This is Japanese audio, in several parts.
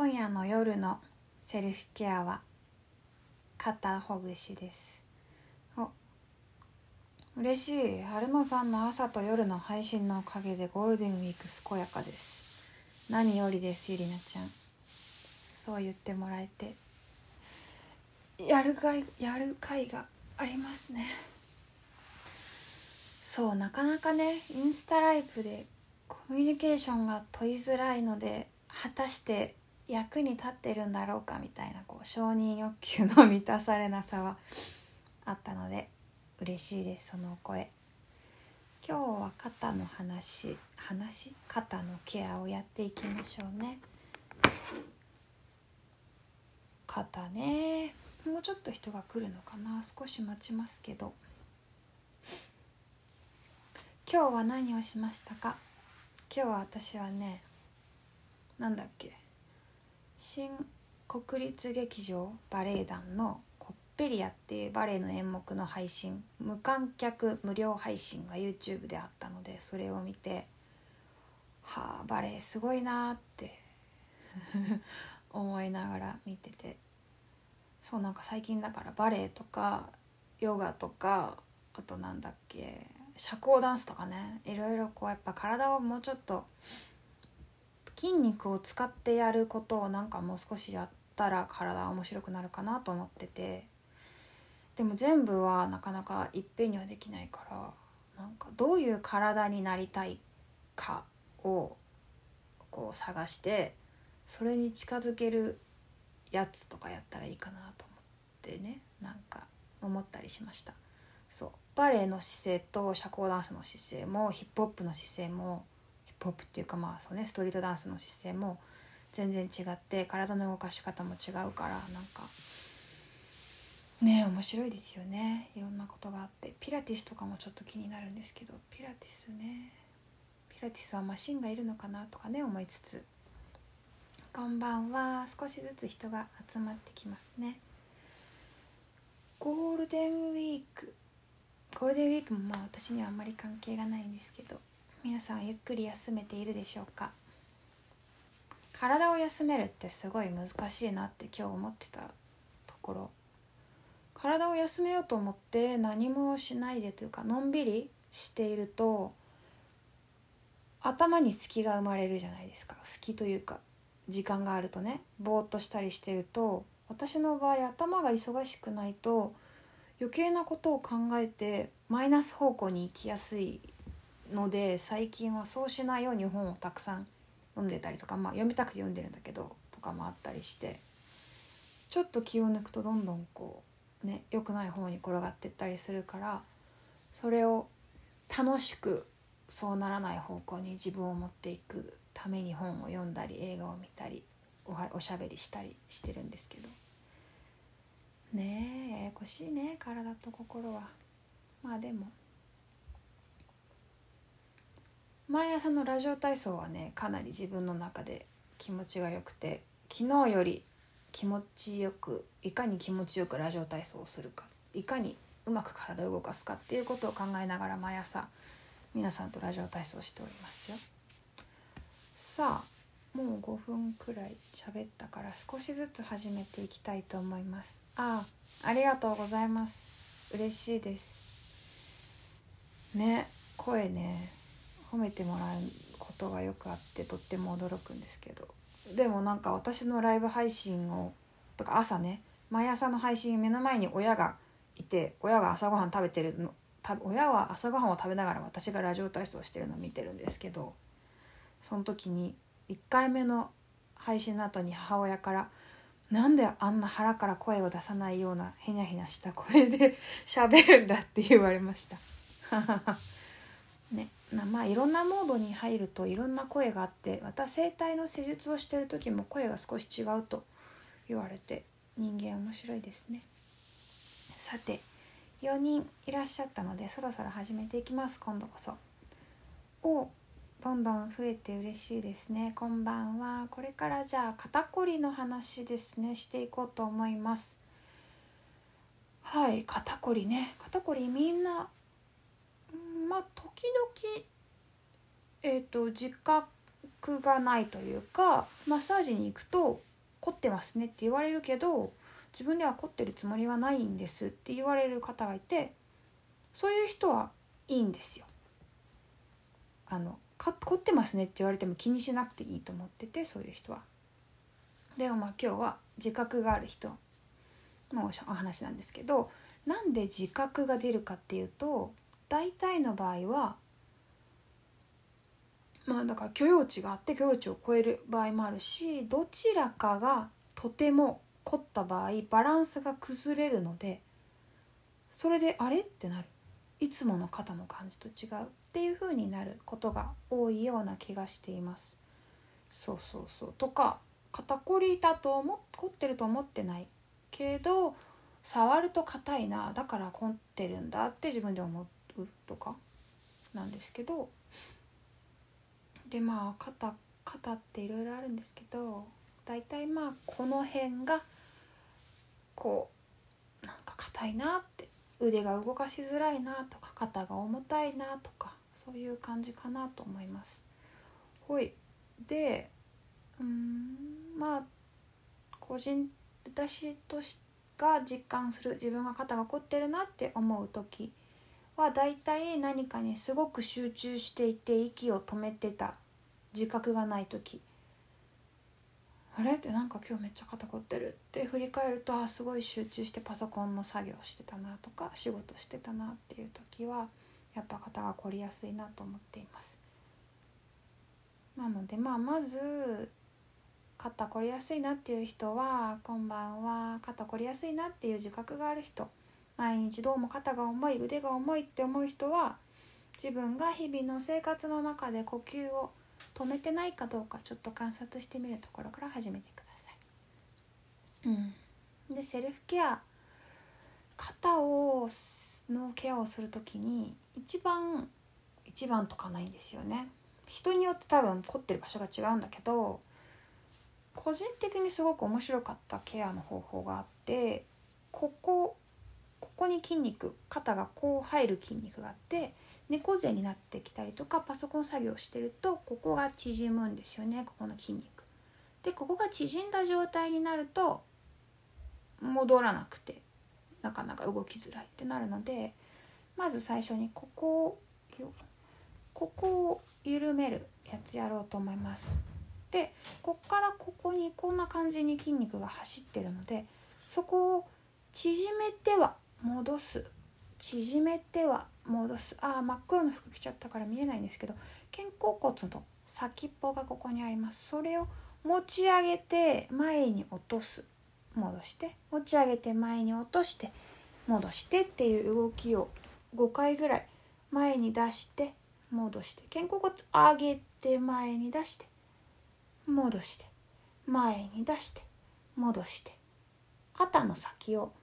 今夜の夜のセルフケアは肩ほぐしです。嬉しい。春野さんの朝と夜の配信のおかげでゴールデンウィーク健やかです。何よりです。ゆりなちゃん、そう言ってもらえてやる甲斐がありますね。そう、なかなかね、インスタライブでコミュニケーションが取りづらいので、果たして役に立ってるんだろうかみたいな承認欲求の満たされなさはあったので嬉しいです。そのお声。今日は肩の肩のケアをやっていきましょうね。肩ね、もうちょっと人が来るのかな。少し待ちますけど、今日は何をしましたか？今日は私はね、新国立劇場バレエ団のコッペリアっていうバレエの演目の配信、無観客無料配信が YouTube であったので、それを見て、バレエすごいなって思いながら見てて、そう、最近だからバレエとかヨガとか、あと社交ダンスとかね、いろいろやっぱ体をもうちょっと筋肉を使ってやることをもう少しやったら体は面白くなるかなと思ってて、でも全部はなかなかいっぺんにはできないから、どういう体になりたいかを探して、それに近づけるやつとかやったらいいかなと思ってね、思ったりしました。そう、バレエの姿勢と社交ダンスの姿勢もヒップホップの姿勢も、ヒップホップっていうかストリートダンスの姿勢も全然違って、体の動かし方も違うから、ね、面白いですよね。いろんなことがあって、ピラティスとかもちょっと気になるんですけど、ピラティスはマシンがいるのかなとかね思いつつ、こんばんは。少しずつ人が集まってきますね。ゴールデンウィークも私にはあんまり関係がないんですけど、皆さんゆっくり休めているでしょうか？体を休めるってすごい難しいなって今日思ってたところ、体を休めようと思って何もしないでというか、のんびりしていると頭に隙が生まれるじゃないですか。隙というか、時間があるとね、ぼーっとしたりしてると、私の場合頭が忙しくないと余計なことを考えてマイナス方向に行きやすいので、最近はそうしないように本をたくさん読んでたりとか、読みたくて読んでるんだけどとかもあったりして、ちょっと気を抜くとどんどん良くない方に転がっていったりするから、それを楽しくそうならない方向に自分を持っていくために本を読んだり映画を見たりおしゃべりしたりしてるんですけどね。ややこしいね、体と心は。でも毎朝のラジオ体操はね、かなり自分の中で気持ちが良くて、昨日よりいかに気持ちよくラジオ体操をするか、いかにうまく体を動かすかっていうことを考えながら毎朝皆さんとラジオ体操しておりますよ。さあ、もう5分くらい喋ったから少しずつ始めていきたいと思います。ありがとうございます。嬉しいですね。声ね、褒めてもらうことがよくあってとっても驚くんですけど、でも私のライブ配信をとか朝ね、毎朝の配信、目の前に親がいて、親が朝ごはん食べてるの、親は朝ごはんを食べながら私がラジオ体操してるのを見てるんですけど、その時に1回目の配信の後に母親から、なんであんな腹から声を出さないようなへにゃへにゃした声で喋るんだって言われましたね。いろんなモードに入るといろんな声があって、また声帯の施術をしてる時も声が少し違うと言われて、人間面白いですね。さて、4人いらっしゃったのでそろそろ始めていきます。今度こそどんどん増えて嬉しいですね。こんばんは。これからじゃあ肩こりの話ですね、していこうと思います。はい、肩こりね。肩こりみんな時々自覚がないというか、マッサージに行くと凝ってますねって言われるけど、自分では凝ってるつもりはないんですって言われる方がいて、そういう人はいいんですよ。凝ってますねって言われても気にしなくていいと思ってて、そういう人は。でも今日は自覚がある人のお話なんですけど、なんで自覚が出るかっていうと、大体の場合はだから許容値があって許容値を超える場合もあるし、どちらかがとても凝った場合バランスが崩れるので、それであれってなる、いつもの肩の感じと違うっていう風になることが多いような気がしています。そうとか、肩こりだと凝ってると思ってないけど触ると硬いな、だから凝ってるんだって自分で思うとかなんですけど、で肩っていろいろあるんですけど、だいたいこの辺がこうなんか硬いなって、腕が動かしづらいなとか、肩が重たいなとか、そういう感じかなと思います。で私としが実感する、自分が肩が凝ってるなって思う時は、だいたい何かにすごく集中していて息を止めてた自覚がない時、あれってなんか今日めっちゃ肩凝ってるって振り返ると、すごい集中してパソコンの作業してたなとか仕事してたなっていう時は、やっぱ肩が凝りやすいなと思っています。なのでまず肩こりやすいなっていう人は、こんばんは、肩こりやすいなっていう自覚がある人、毎日どうも肩が重い、腕が重いって思う人は、自分が日々の生活の中で呼吸を止めてないかどうかちょっと観察してみるところから始めてください。でセルフケア、肩のケアをするときに一番とかないんですよね。人によって多分凝ってる場所が違うんだけど、個人的にすごく面白かったケアの方法があって、ここに筋肉、肩がこう入る筋肉があって、猫背になってきたりとかパソコン作業してるとここが縮むんですよね、ここの筋肉で。ここが縮んだ状態になると戻らなくてなかなか動きづらいってなるので、まず最初にここを緩めるやつやろうと思います。でこっからここにこんな感じに筋肉が走ってるので、そこを縮めては戻す、縮めては戻す。真っ黒の服着ちゃったから見えないんですけど、肩甲骨の先っぽがここにあります。それを持ち上げて前に落とす、戻して、持ち上げて前に落として戻してっていう動きを5回ぐらい前に出して戻して、肩甲骨上げて前に出して戻して前に出して戻して、肩の先を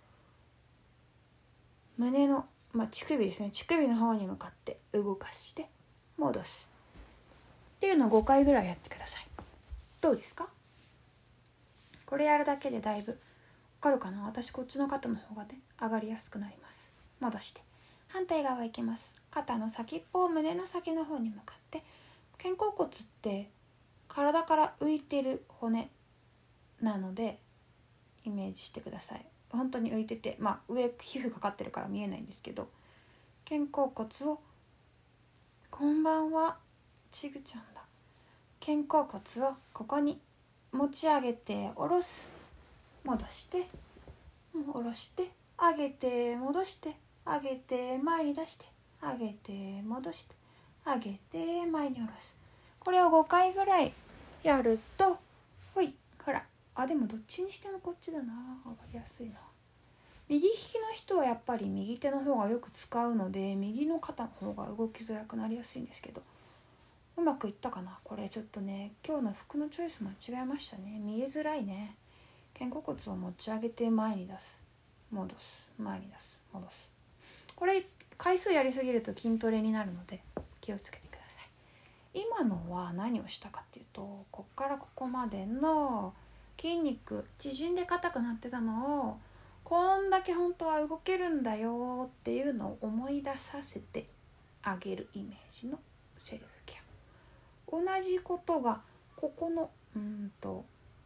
胸の、乳首ですね、乳首の方に向かって動かして戻すっていうのを5回ぐらいやってください。どうですか？これやるだけでだいぶわかるかな。私こっちの肩の方がね上がりやすくなります。戻して反対側行きます。肩の先っぽを胸の先の方に向かって、肩甲骨って体から浮いてる骨なのでイメージしてください。本当に浮いてて、上皮膚かかってるから見えないんですけど、肩甲骨を、こんばんはちぐちゃんだ、肩甲骨をここに持ち上げて下ろす、戻して下ろして上げて戻して上げて前に出して上げて戻して上げて前に下ろす。これを5回ぐらいやると、ほら、でもどっちにしてもこっちだな、上がりやすいな。右利きの人はやっぱり右手の方がよく使うので、右の肩の方が動きづらくなりやすいんですけど、うまくいったかな。これちょっとね、今日の服のチョイス間違えましたね。見えづらいね。肩甲骨を持ち上げて前に出す戻す、前に出す戻す。これ回数やりすぎると筋トレになるので気をつけてください。今のは何をしたかっていうと、こっからここまでの筋肉縮んで硬くなってたのを、こんだけ本当は動けるんだよっていうのを思い出させてあげるイメージのセルフケア。同じことがここのこ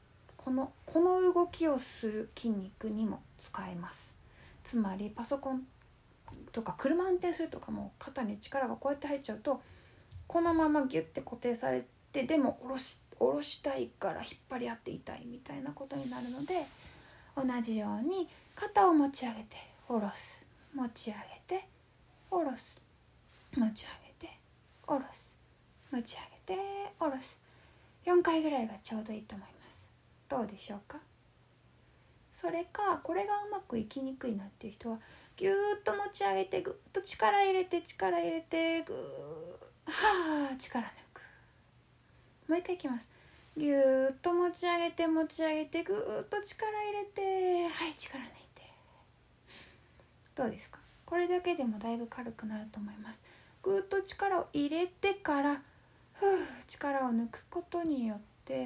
この動きをする筋肉にも使えます。つまりパソコンとか車運転するとかも肩に力がこうやって入っちゃうとこのままギュッて固定されて、でも下ろしたいから引っ張り合って痛いみたいなことになるので、同じように肩を持ち上げて下ろす、持ち上げて下ろす、持ち上げて下ろす、持ち上げて下ろす、4回ぐらいがちょうどいいと思います。どうでしょうか。それかこれがうまくいきにくいなっていう人はぎゅーっと持ち上げてぐーっと力入れてぐーはー力抜く。もう一回いきます。ぎゅーっと持ち上げてぐーっと力入れて、はい力抜いて。どうですか。これだけでもだいぶ軽くなると思います。ぐーっと力を入れてから力を抜くことによって、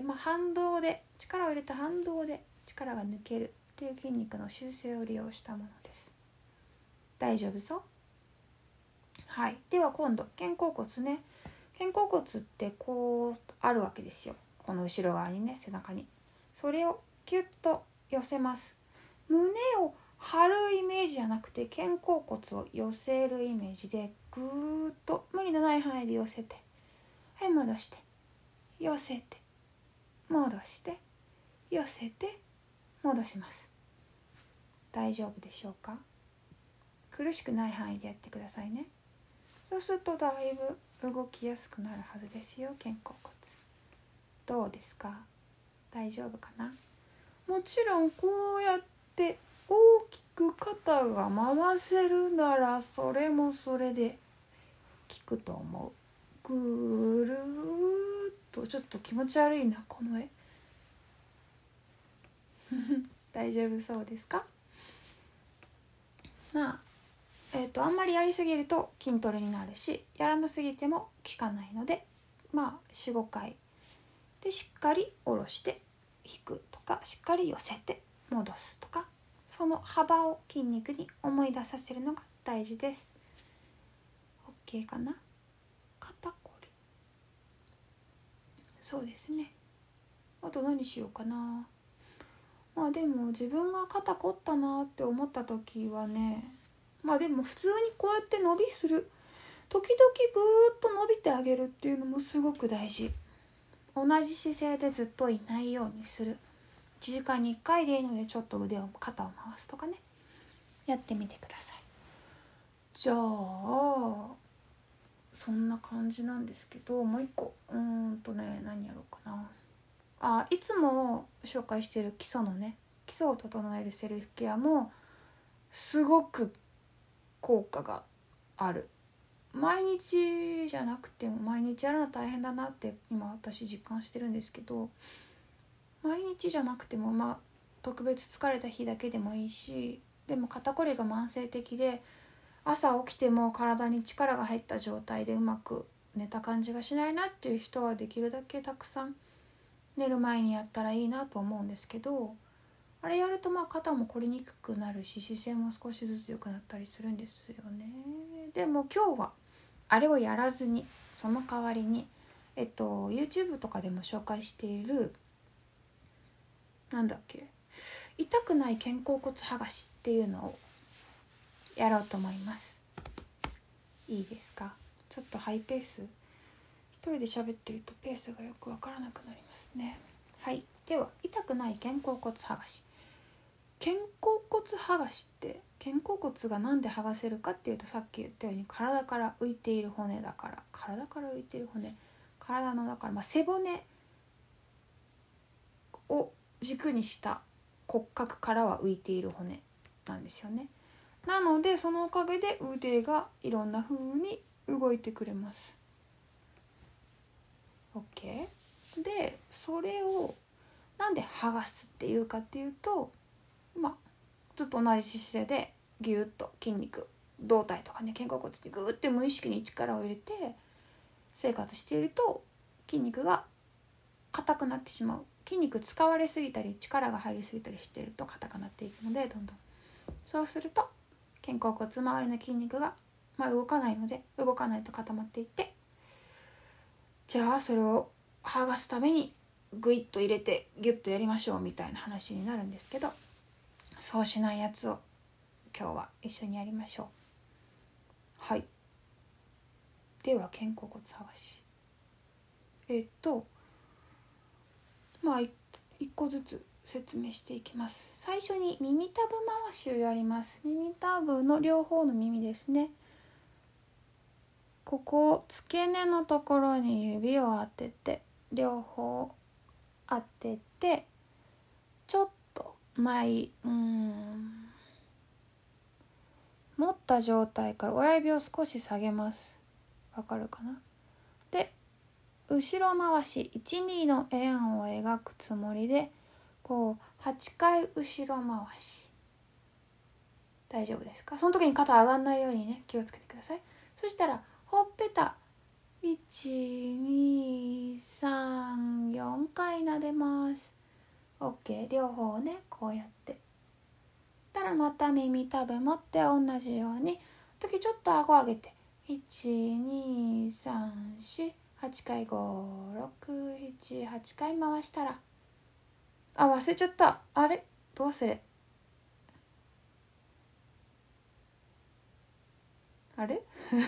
反動で力を入れた反動で力が抜けるっていう筋肉の習性を利用したものです。大丈夫そう。はい。では今度肩甲骨ね。肩甲骨ってこうあるわけですよ。この後ろ側にね、背中に。それをキュッと寄せます。胸を張るイメージじゃなくて肩甲骨を寄せるイメージでぐーっと無理のない範囲で寄せて、はい戻して寄せて戻して寄せて戻します。大丈夫でしょうか。苦しくない範囲でやってくださいね。そうするとだいぶ動きやすくなるはずですよ。肩甲骨どうですか。大丈夫かな。もちろんこうやって大きく肩が回せるならそれもそれで効くと思う。ぐるーっとちょっと気持ち悪いなこの絵大丈夫そうですか。あんまりやりすぎると筋トレになるし、やらなすぎても効かないので、4、5回でしっかり下ろして引くとか、しっかり寄せて戻すとか、その幅を筋肉に思い出させるのが大事です。 OK かな。肩こり、そうですね。あと何しようかな。でも自分が肩凝ったなって思った時はね、でも普通にこうやって伸びする、時々ぐーっと伸びてあげるっていうのもすごく大事。同じ姿勢でずっといないようにする。1時間に1回でいいのでちょっと肩を回すとかね、やってみてください。じゃあそんな感じなんですけど、もう一個何やろうかな。いつも紹介している基礎を整えるセルフケアもすごく効果がある。毎日じゃなくても、毎日やるの大変だなって今私実感してるんですけど、毎日じゃなくても特別疲れた日だけでもいいし、でも肩こりが慢性的で朝起きても体に力が入った状態でうまく寝た感じがしないなっていう人はできるだけたくさん寝る前にやったらいいなと思うんですけど、あれやると肩も凝りにくくなるし、姿勢も少しずつ良くなったりするんですよね。でも今日はあれをやらずに、その代わりにYouTube とかでも紹介している痛くない肩甲骨剥がしっていうのをやろうと思います。いいですか。ちょっとハイペース、一人で喋ってるとペースがよくわからなくなりますね。はい、では痛くない肩甲骨剥がし。肩甲骨剥がしって肩甲骨がなんで剥がせるかっていうと、さっき言ったように体から浮いている骨だから、体のだから背骨を軸にした骨格からは浮いている骨なんですよね。なのでそのおかげで腕がいろんな風に動いてくれます。 OK で、それをなんで剥がすっていうかっていうと、ずっと同じ姿勢でギュッと筋肉、胴体とかね、肩甲骨にグーって無意識に力を入れて生活していると筋肉が硬くなってしまう。筋肉使われすぎたり力が入りすぎたりしていると硬くなっていくので、どんどんそうすると肩甲骨周りの筋肉が、動かないので、固まっていって、じゃあそれを剥がすためにグイッと入れてギュッとやりましょうみたいな話になるんですけど、そうしないやつを今日は一緒にやりましょう。はい、では肩甲骨剥がし、まあ一個ずつ説明していきます。最初に耳たぶ回しをやります。耳たぶの両方の耳ですね。ここ付け根のところに指を当てて、両方当てて、ちょっと持った状態から親指を少し下げます。わかるかな。で後ろ回し1ミリの円を描くつもりで、こう8回後ろ回し。大丈夫ですか？その時に肩上がんないようにね、気をつけてください。そしたらほっぺた1,2,3,4回撫でます。 OK。 両方ねこうやってたら、また耳たぶ持って同じように時ちょっと顎上げて1,2,3,4,8回5,6,7,8回回したら、忘れちゃった。あれど忘れ。あれ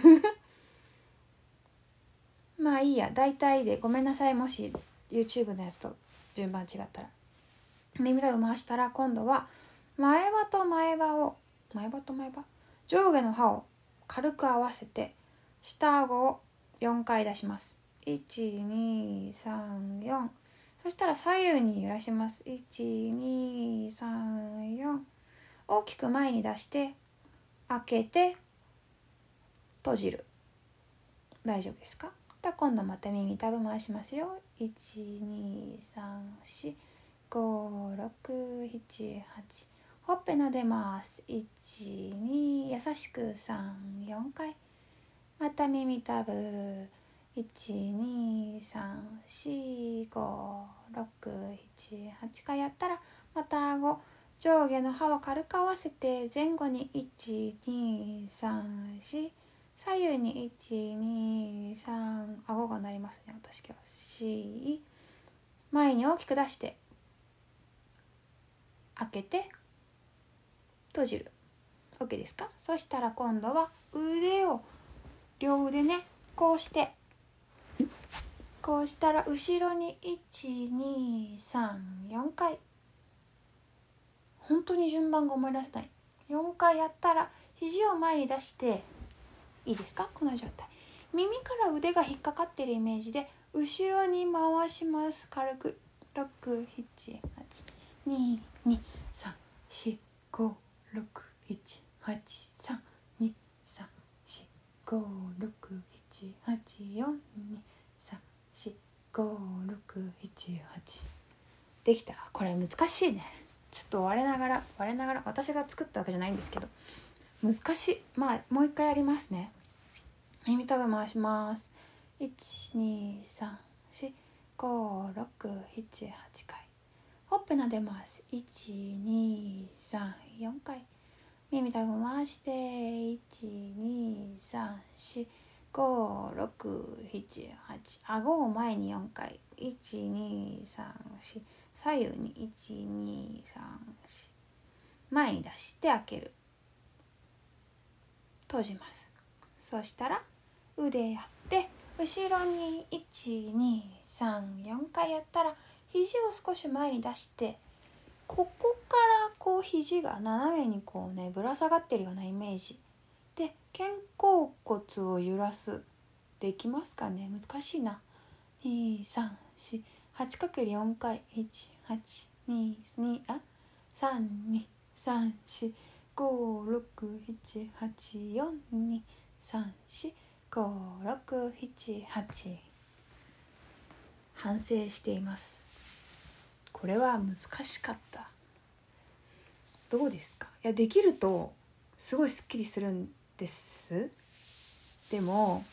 まあいいや、大体でごめんなさい。もし YouTube のやつと順番違ったら。耳たぶ回したら、今度は前歯と前歯上下の歯を軽く合わせて下顎を4回出します。1,2,3,4。そしたら左右に揺らします。1,2,3,4。大きく前に出して開けて閉じる。大丈夫ですか？今度また耳たぶ回しますよ。1,2,3,4,5,6,7,8。ほっぺ撫でます。1,2。優しく3,4回。また耳たぶ1,2,3,4,5,6,7,8回やったら、また顎上下の歯を軽く合わせて前後に1,2,3,4、左右に1,2,3、顎が鳴りますね私今日。4、前に大きく出して開けて閉じる。 OK ですか？そしたら今度は腕を両腕ねこうしてこうしたら後ろに1,2,3,4回。本当に順番が思い出せない。4回やったら肘を前に出していいですか？この状態。耳から腕が引っかかってるイメージで後ろに回します。軽く6,7,8,9,10,11,12,13,14,2,3,4,5,6,7,8。できた。これ難しいね。ちょっと我ながら私が作ったわけじゃないんですけど難しい。まあもう一回やりますね。耳たぶ回します。1,2,3,4,5,6,7,8回。ほっぺ撫でます。1,2,3,4回。耳たぶ回して1,2,3,4,5,6,7,8。顎を前に4回。1,2,3,4。左右に1,2,3,4。前に出して開ける。閉じます。そしたら腕やって後ろに1,2,3,4回やったら肘を少し前に出して、ここからこう肘が斜めにこうねぶら下がってるようなイメージで肩甲骨を揺らす。できますかね？難しいな。2,3,4 8×4 回。1,2,3,4,5,6,7,8,4,2,3,4,5,6,7,8。反省しています。これは難しかった。どうですか？いやできるとすごいスッキリするんです。でも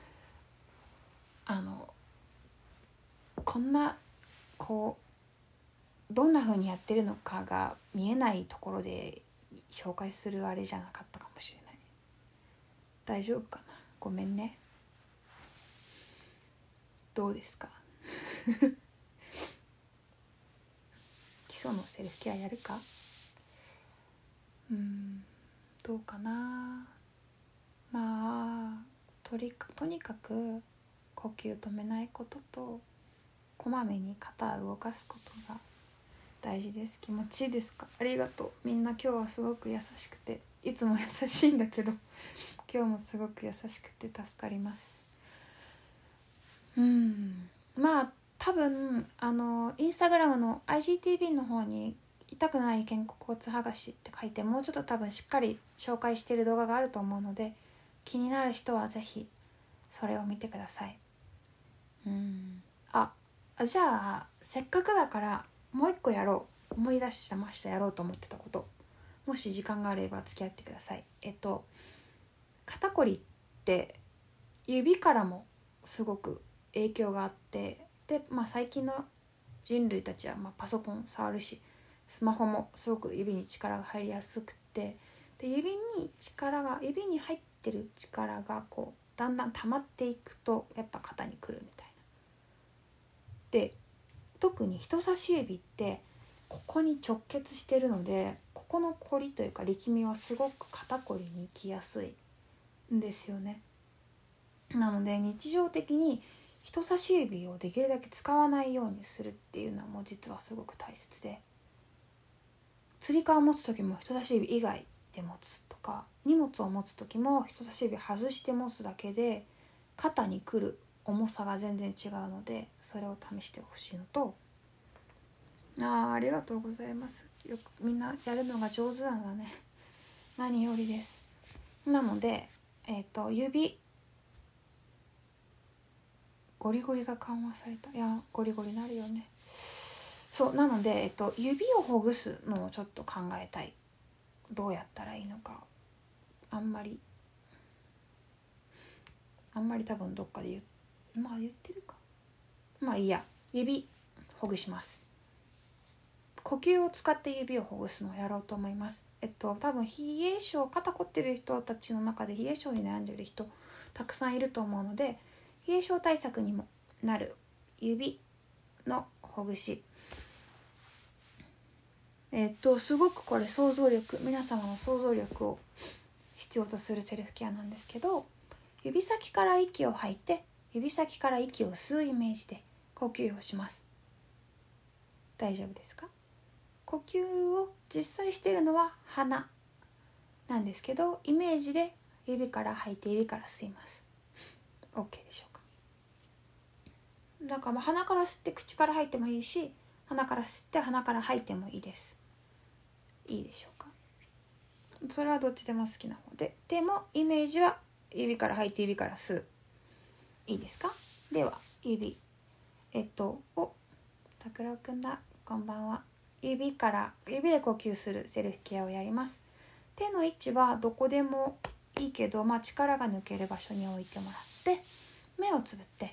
こんなこうどんな風にやってるのかが見えないところで紹介するあれじゃなかったかもしれない。大丈夫かな？ごめんね。どうですか？ 礎のセルフケアやるか。どうかな。まあとにかく呼吸止めないことと、こまめに肩を動かすことが大事です。気持ちいいですか？ありがとう。みんな今日はすごく優しくて、いつも優しいんだけど今日もすごく優しくて助かります。まあ多分インスタグラムの IGTV の方に痛くない肩甲骨剥がしって書いて、もうちょっと多分しっかり紹介している動画があると思うので、気になる人はぜひそれを見てください。じゃあせっかくだからもう一個やろう。思い出しました。やろうと思ってたこと、もし時間があれば付き合ってください。肩こりって指からもすごく影響があって、で、最近の人類たちはパソコン触るし、スマホもすごく指に力が入りやすくて、で指に入ってる力がこうだんだん溜まっていくとやっぱ肩にくるみたいな。で特に人差し指ってここに直結してるので、ここのこりというか力みはすごく肩こりにきやすいんですよね。なので日常的に人差し指をできるだけ使わないようにするっていうのも実はすごく大切で、つり革を持つ時も人差し指以外で持つとか、荷物を持つ時も人差し指外して持つだけで肩にくる重さが全然違うので、それを試してほしいのと、ありがとうございます。よくみんなやるのが上手なんだね。何よりです。なので指ゴリゴリが緩和された。いやゴリゴリなるよね。そうなので、指をほぐすのをちょっと考えたい。どうやったらいいのか。あんまり多分どっかで言ってるか。いいや。指ほぐします。呼吸を使って指をほぐすのをやろうと思います。多分冷え性、肩こってる人たちの中で冷え性に悩んでる人たくさんいると思うので、冷え性対策にもなる指のほぐし、すごくこれ皆様の想像力を必要とするセルフケアなんですけど、指先から息を吐いて指先から息を吸うイメージで呼吸をします。大丈夫ですか？呼吸を実際しているのは鼻なんですけど、イメージで指から吐いて指から吸います。 OK でしょうか？だから鼻から吸って口から吐いてもいいし、鼻から吸って鼻から吐いてもいいです。いいでしょうか？それはどっちでも好きな方で、でもイメージは指から吐いて指から吸う。いいですか？では指桜くんだ、こんばんは。指で呼吸するセルフケアをやります。手の位置はどこでもいいけど、力が抜ける場所に置いてもらって、目をつぶって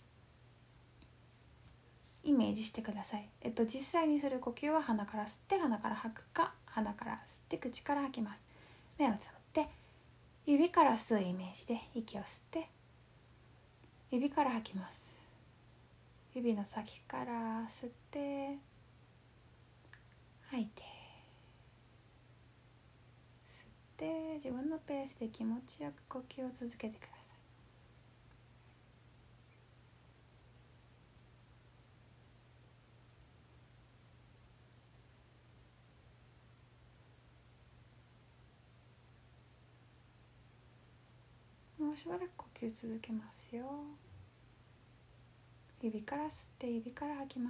イメージしてください。実際にする呼吸は鼻から吸って鼻から吐くか、鼻から吸って口から吐きます。目をつぶって指から吸うイメージで息を吸って指から吐きます。指の先から吸って吐いて吸って自分のペースで気持ちよく呼吸を続けてください。もうしばらく呼吸続けますよ。指から吸って指から吐きます。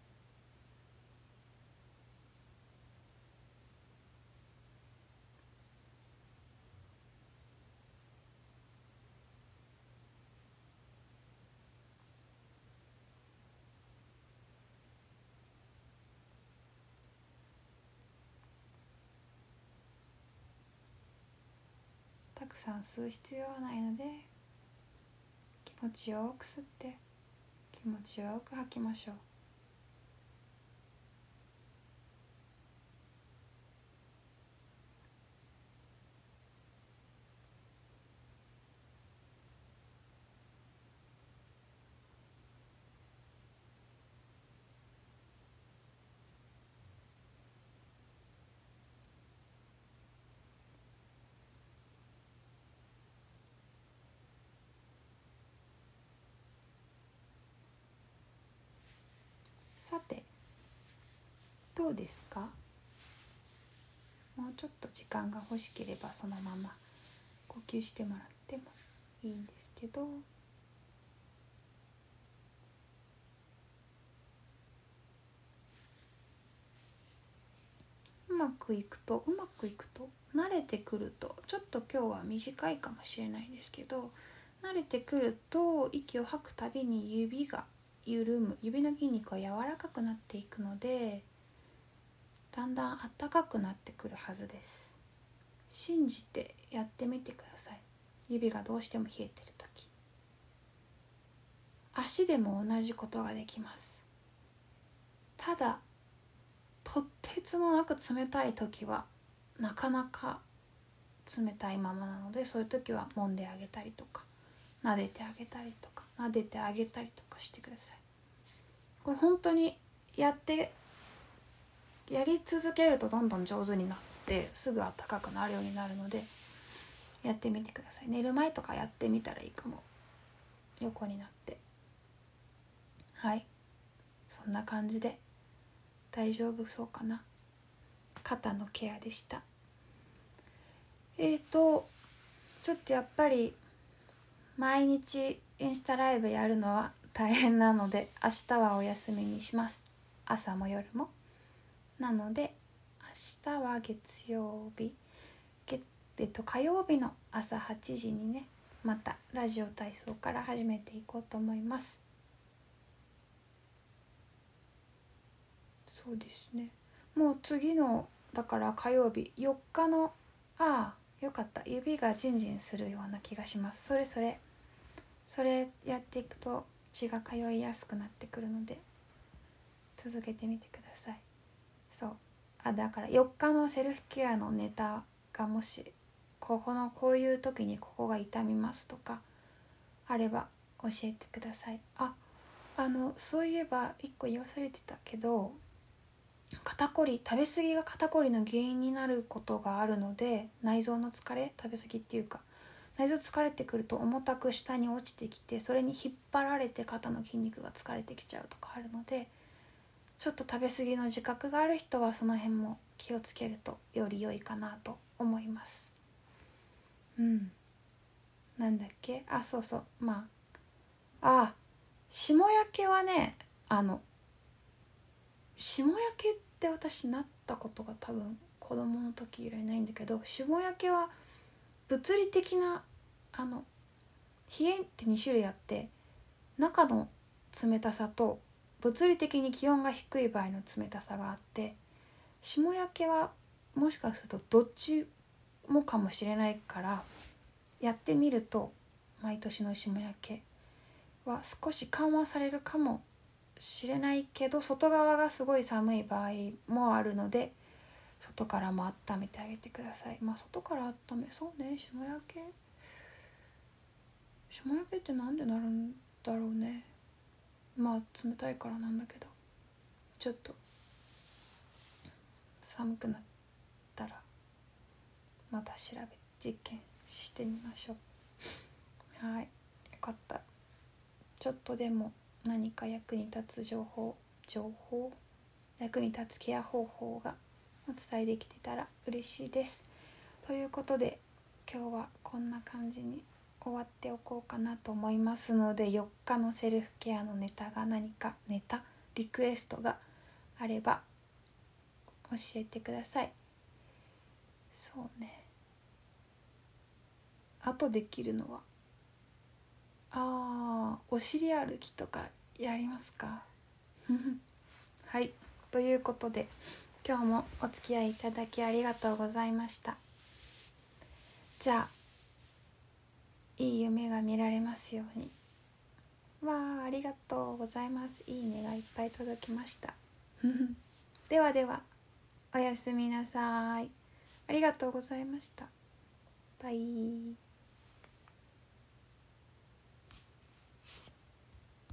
たくさん吸う必要はないので、気持ちよく吸って気持ちよく吐きましょう。 さてどうですか？もうちょっと時間が欲しければそのまま呼吸してもらってもいいんですけど、うまくいくと慣れてくると、ちょっと今日は短いかもしれないですけど、慣れてくると息を吐くたびに指が緩む、指の筋肉が柔らかくなっていくので、だんだん暖かくなってくるはずです。信じてやってみてください。指がどうしても冷えてるとき、足でも同じことができます。ただとてつもなく冷たい時はなかなか冷たいままなので、そういう時は揉んであげたりとか、撫でてあげたりとかしてください。これ本当にやり続けるとどんどん上手になってすぐ暖かくなるようになるので、やってみてください。寝る前とかやってみたらいいかも。横になって、はい、そんな感じで大丈夫そうかな。肩のケアでした。ちょっとやっぱり毎日インスタライブやるのは大変なので、明日はお休みにします。朝も夜も。なので明日は月曜日、火曜日の朝8時にね、またラジオ体操から始めていこうと思います。そうですね、もう次のだから火曜日4日のよかった、指がジンジンするような気がします。それやっていくと血が通いやすくなってくるので続けてみてください。そうだから4日のセルフケアのネタがもしこういう時にここが痛みますとかあれば教えてください。そういえば1個言い忘れてたけど、肩こり、食べ過ぎが肩こりの原因になることがあるので、内臓の疲れ、食べ過ぎっていうか内臓疲れてくると重たく下に落ちてきて、それに引っ張られて肩の筋肉が疲れてきちゃうとかあるので、ちょっと食べ過ぎの自覚がある人はその辺も気をつけるとより良いかなと思います。なんだっけ、そうそう、霜焼けはね、霜焼けって私なったことが多分子供の時以来ないんだけど、霜焼けは物理的な冷えって2種類あって、中の冷たさと物理的に気温が低い場合の冷たさがあって、霜焼けはもしかするとどっちもかもしれないから、やってみると毎年の霜焼けは少し緩和されるかもしれないけど、外側がすごい寒い場合もあるので、外からも温めてあげてください。外から温め、そうね、霜焼けってなんでなるんだろうね。冷たいからなんだけど、ちょっと寒くなったらまた実験してみましょう。はい、よかった。ちょっとでも何か役に立つ情報、役に立つケア方法がお伝えできてたら嬉しいです。ということで今日はこんな感じに終わっておこうかなと思いますので、4日のセルフケアのネタがリクエストがあれば教えてください。そうね、あとできるのはお尻歩きとかやりますか？はい、ということで今日もお付き合いいただきありがとうございました。じゃあいい夢が見られますように。ありがとうございます。いいねがいっぱい届きましたではではおやすみなさい。ありがとうございました。バイ。